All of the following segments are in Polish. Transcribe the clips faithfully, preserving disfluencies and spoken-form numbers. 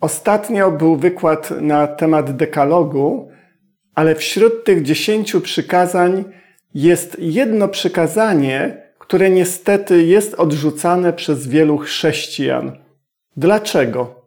Ostatnio był wykład na temat dekalogu, ale wśród tych dziesięciu przykazań jest jedno przykazanie, które niestety jest odrzucane przez wielu chrześcijan. Dlaczego?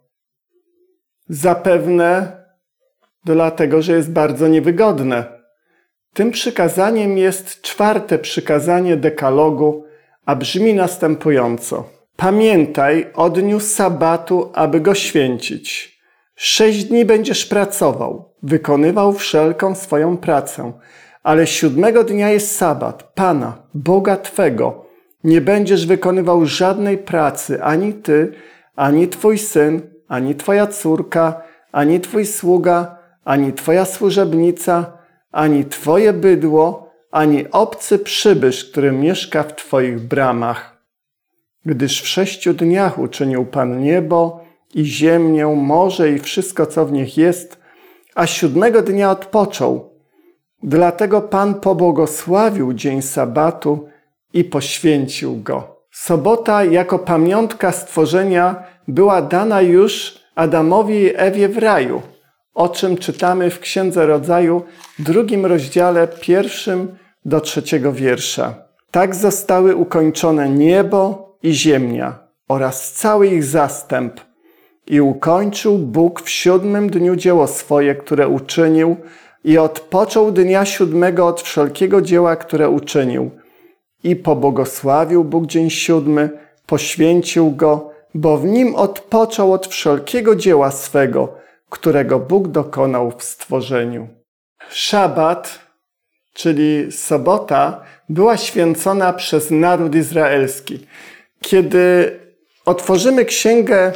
Zapewne dlatego, że jest bardzo niewygodne. Tym przykazaniem jest czwarte przykazanie dekalogu, a brzmi następująco. Pamiętaj o dniu sabatu, aby go święcić. Sześć dni będziesz pracował, wykonywał wszelką swoją pracę, ale siódmego dnia jest sabat, Pana, Boga Twego. Nie będziesz wykonywał żadnej pracy, ani Ty, ani Twój syn, ani Twoja córka, ani Twój sługa, ani Twoja służebnica, ani Twoje bydło, ani obcy przybysz, który mieszka w Twoich bramach. Gdyż w sześciu dniach uczynił Pan niebo i ziemię, morze i wszystko, co w nich jest, a siódmego dnia odpoczął. Dlatego Pan pobłogosławił dzień sabatu i poświęcił go. Sobota jako pamiątka stworzenia była dana już Adamowi i Ewie w raju, o czym czytamy w Księdze Rodzaju, drugim rozdziale, pierwszym do trzeciego wiersza. Tak zostały ukończone niebo i ziemia oraz cały ich zastęp. I ukończył Bóg w siódmym dniu dzieło swoje, które uczynił, i odpoczął dnia siódmego od wszelkiego dzieła, które uczynił. I pobłogosławił Bóg dzień siódmy, poświęcił go, bo w nim odpoczął od wszelkiego dzieła swego, którego Bóg dokonał w stworzeniu. Szabat, czyli sobota, była święcona przez naród izraelski. Kiedy otworzymy Księgę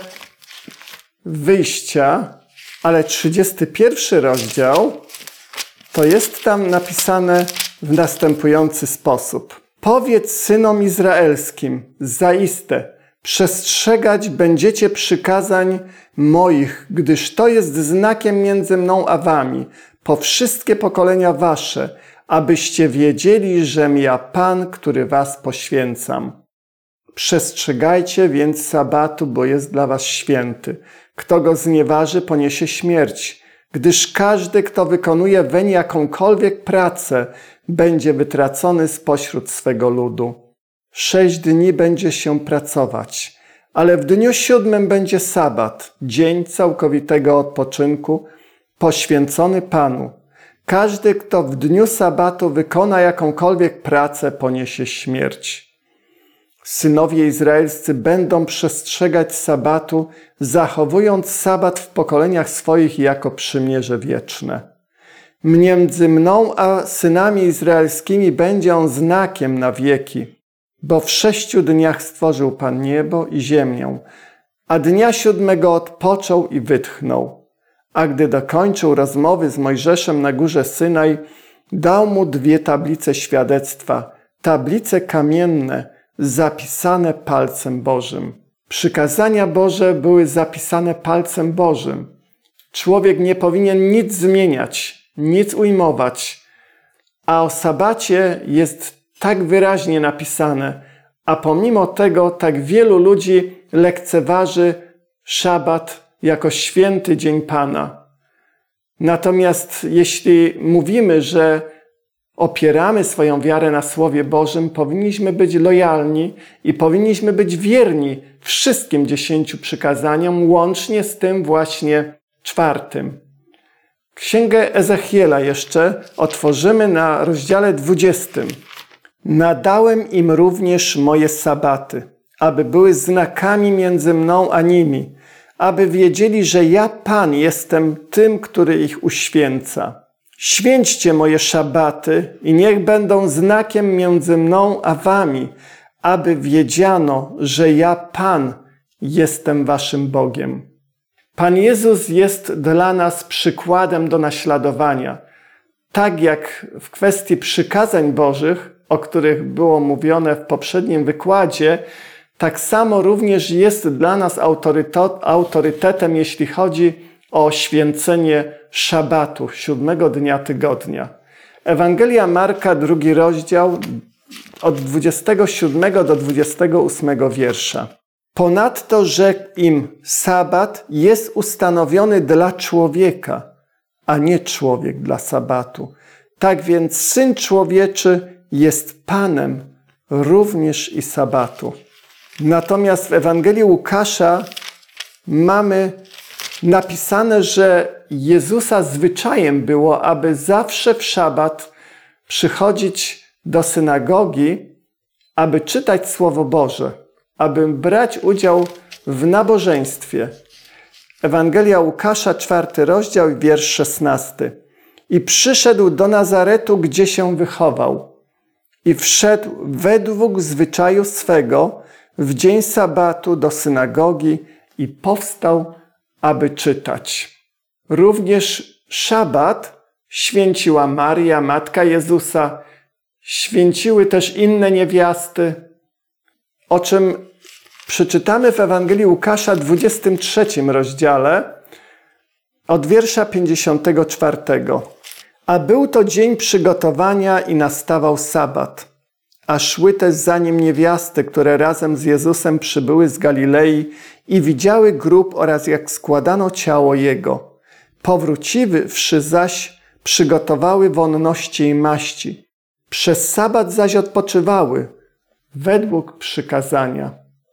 Wyjścia, ale trzydziesty pierwszy rozdział, to jest tam napisane w następujący sposób. Powiedz synom izraelskim, zaiste, przestrzegać będziecie przykazań moich, gdyż to jest znakiem między mną a wami, po wszystkie pokolenia wasze, abyście wiedzieli, żem ja Pan, który was poświęcam. Przestrzegajcie więc sabatu, bo jest dla was święty. Kto go znieważy, poniesie śmierć, gdyż każdy, kto wykonuje weń jakąkolwiek pracę, będzie wytracony spośród swego ludu. Sześć dni będzie się pracować, ale w dniu siódmym będzie sabat, dzień całkowitego odpoczynku, poświęcony Panu. Każdy, kto w dniu sabatu wykona jakąkolwiek pracę, poniesie śmierć. Synowie izraelscy będą przestrzegać sabatu, zachowując sabat w pokoleniach swoich jako przymierze wieczne. Między mną a synami izraelskimi będzie on znakiem na wieki, bo w sześciu dniach stworzył Pan niebo i ziemię, a dnia siódmego odpoczął i wytchnął. A gdy dokończył rozmowy z Mojżeszem na górze Synaj, dał mu dwie tablice świadectwa, tablice kamienne, zapisane palcem Bożym. Przykazania Boże były zapisane palcem Bożym. Człowiek nie powinien nic zmieniać, nic ujmować, a o sabacie jest tak wyraźnie napisane, a pomimo tego tak wielu ludzi lekceważy szabat jako święty dzień Pana. Natomiast jeśli mówimy, że opieramy swoją wiarę na Słowie Bożym, powinniśmy być lojalni i powinniśmy być wierni wszystkim dziesięciu przykazaniom, łącznie z tym właśnie czwartym. Księgę Ezechiela jeszcze otworzymy na rozdziale dwudziestym. Nadałem im również moje sabaty, aby były znakami między mną a nimi, aby wiedzieli, że ja Pan jestem tym, który ich uświęca. Święćcie moje szabaty i niech będą znakiem między mną a wami, aby wiedziano, że ja Pan jestem waszym Bogiem. Pan Jezus jest dla nas przykładem do naśladowania. Tak jak w kwestii przykazań Bożych, o których było mówione w poprzednim wykładzie, tak samo również jest dla nas autorytetem, jeśli chodzi o święcenie szabatu, siódmego dnia tygodnia. Ewangelia Marka, drugi rozdział, od dwudziestego siódmego do dwudziestego ósmego wiersza. Ponadto rzekł im, sabat jest ustanowiony dla człowieka, a nie człowiek dla sabatu. Tak więc Syn Człowieczy jest Panem również i sabatu. Natomiast w Ewangelii Łukasza mamy napisane, że Jezusa zwyczajem było, aby zawsze w szabat przychodzić do synagogi, aby czytać Słowo Boże, aby brać udział w nabożeństwie. Ewangelia Łukasza, czwarty rozdział, wiersz szesnasty. I przyszedł do Nazaretu, gdzie się wychował. I wszedł według zwyczaju swego w dzień sabatu do synagogi i powstał, aby czytać. Również szabat święciła Maria, matka Jezusa, święciły też inne niewiasty, o czym przeczytamy w Ewangelii Łukasza, dwudziestym trzecim rozdziale, od wiersza pięćdziesiątego czwartego. A był to dzień przygotowania i nastawał sabat. A szły też za nim niewiasty, które razem z Jezusem przybyły z Galilei i widziały grób oraz jak składano ciało Jego. Powróciwszy zaś, przygotowały wonności i maści. Przez sabat zaś odpoczywały, według przykazania.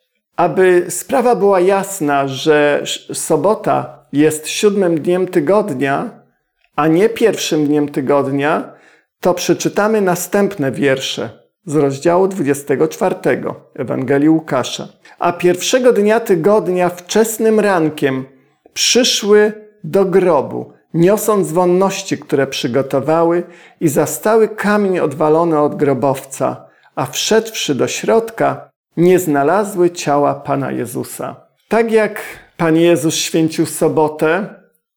Aby sprawa była jasna, że sobota jest siódmym dniem tygodnia, a nie pierwszym dniem tygodnia, to przeczytamy następne wiersze z rozdziału dwudziestego czwartego Ewangelii Łukasza. A pierwszego dnia tygodnia wczesnym rankiem przyszły do grobu, niosąc wonności, które przygotowały, i zastały kamień odwalony od grobowca, a wszedłszy do środka, nie znalazły ciała Pana Jezusa. Tak jak Pan Jezus święcił sobotę,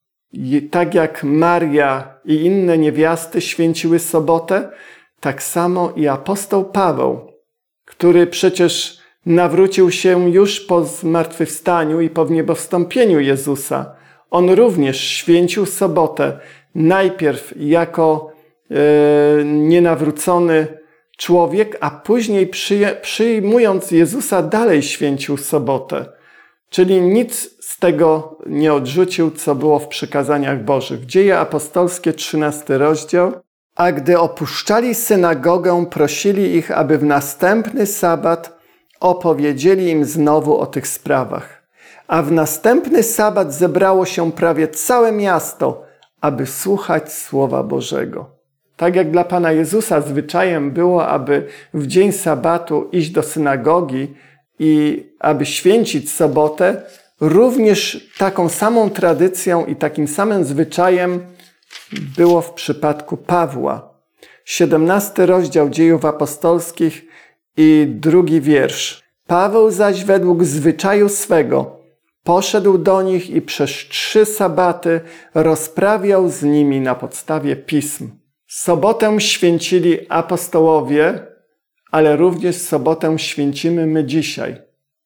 tak jak Maria i inne niewiasty święciły sobotę, tak samo i apostoł Paweł, który przecież nawrócił się już po zmartwychwstaniu i po wniebowstąpieniu Jezusa. On również święcił sobotę, najpierw jako e, nienawrócony człowiek, a później przyje, przyjmując Jezusa dalej święcił sobotę. Czyli nic z tego nie odrzucił, co było w przykazaniach Bożych. Dzieje apostolskie, trzynasty rozdział. A gdy opuszczali synagogę, prosili ich, aby w następny sabat opowiedzieli im znowu o tych sprawach. A w następny sabat zebrało się prawie całe miasto, aby słuchać Słowa Bożego. Tak jak dla Pana Jezusa zwyczajem było, aby w dzień sabatu iść do synagogi i aby święcić sobotę, również taką samą tradycją i takim samym zwyczajem było w przypadku Pawła. siedemnasty rozdział Dziejów Apostolskich i drugi wiersz. Paweł zaś według zwyczaju swego poszedł do nich i przez trzy sabaty rozprawiał z nimi na podstawie pism. Sobotę święcili apostołowie, ale również sobotę święcimy my dzisiaj.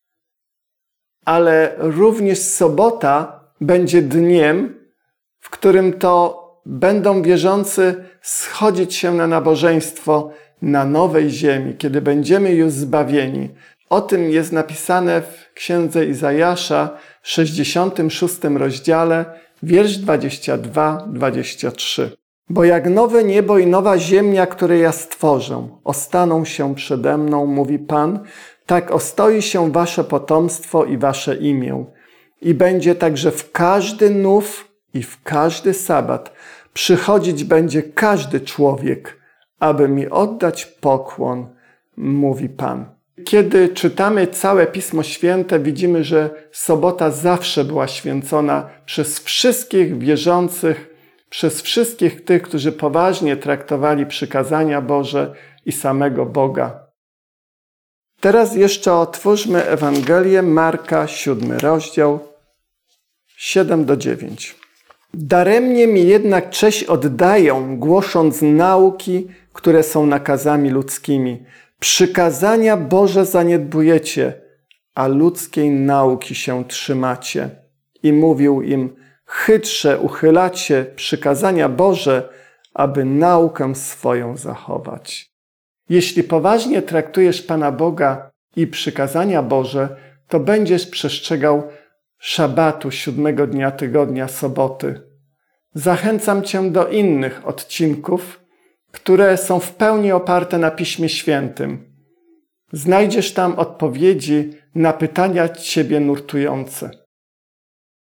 Ale również sobota będzie dniem, w którym to będą wierzący schodzić się na nabożeństwo na nowej ziemi, kiedy będziemy już zbawieni. O tym jest napisane w księdze Izajasza, sześćdziesiątym szóstym rozdziale, wiersz dwudziesty drugi dwudziesty trzeci. Bo jak nowe niebo i nowa ziemia, które ja stworzę, ostaną się przede mną, mówi Pan, tak ostoi się wasze potomstwo i wasze imię. I będzie tak, że w każdy nów i w każdy sabat przychodzić będzie każdy człowiek, aby mi oddać pokłon, mówi Pan. Kiedy czytamy całe Pismo Święte, widzimy, że sobota zawsze była święcona przez wszystkich wierzących, przez wszystkich tych, którzy poważnie traktowali przykazania Boże i samego Boga. Teraz jeszcze otwórzmy Ewangelię Marka, siódmy rozdział, siedem do dziewięciu. Daremnie mi jednak cześć oddają, głosząc nauki, które są nakazami ludzkimi. Przykazania Boże zaniedbujecie, a ludzkiej nauki się trzymacie. I mówił im, chytrze uchylacie przykazania Boże, aby naukę swoją zachować. Jeśli poważnie traktujesz Pana Boga i przykazania Boże, to będziesz przestrzegał szabatu siódmego dnia tygodnia, soboty. Zachęcam Cię do innych odcinków, które są w pełni oparte na Piśmie Świętym. Znajdziesz tam odpowiedzi na pytania Ciebie nurtujące.